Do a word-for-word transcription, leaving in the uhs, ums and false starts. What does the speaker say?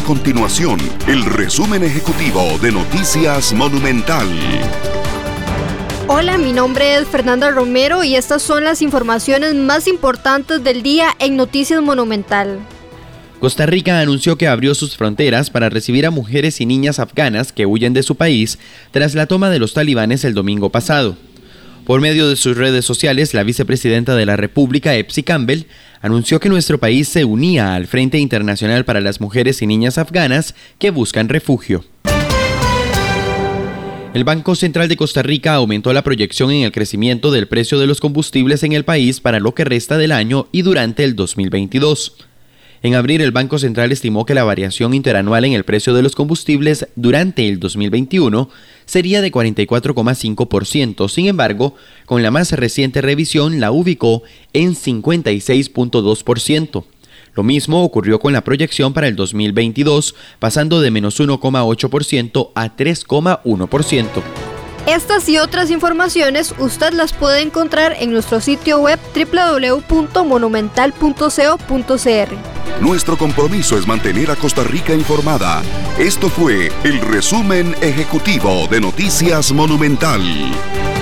continuación el resumen ejecutivo de Noticias Monumental. Hola, mi nombre es Fernanda Romero y estas son las informaciones más importantes del día en Noticias Monumental. Costa Rica anunció que abrió sus fronteras para recibir a mujeres y niñas afganas que huyen de su país tras la toma de los talibanes el domingo pasado. Por medio de sus redes sociales, la vicepresidenta de la República, Epsi Campbell, anunció que nuestro país se unía al Frente Internacional para las Mujeres y Niñas Afganas que buscan refugio. El Banco Central de Costa Rica aumentó la proyección en el crecimiento del precio de los combustibles en el país para lo que resta del año y durante el dos mil veintidós. En abril, el Banco Central estimó que la variación interanual en el precio de los combustibles durante el dos mil veintiuno sería de cuarenta y cuatro coma cinco por ciento. Sin embargo, con la más reciente revisión la ubicó en cincuenta y seis punto dos por ciento. Lo mismo ocurrió con la proyección para el dos mil veintidós, pasando de menos uno coma ocho por ciento a tres coma uno por ciento. Estas y otras informaciones usted las puede encontrar en nuestro sitio web doble u doble u doble u punto monumental punto co punto c r. Nuestro compromiso es mantener a Costa Rica informada. Esto fue el resumen ejecutivo de Noticias Monumental.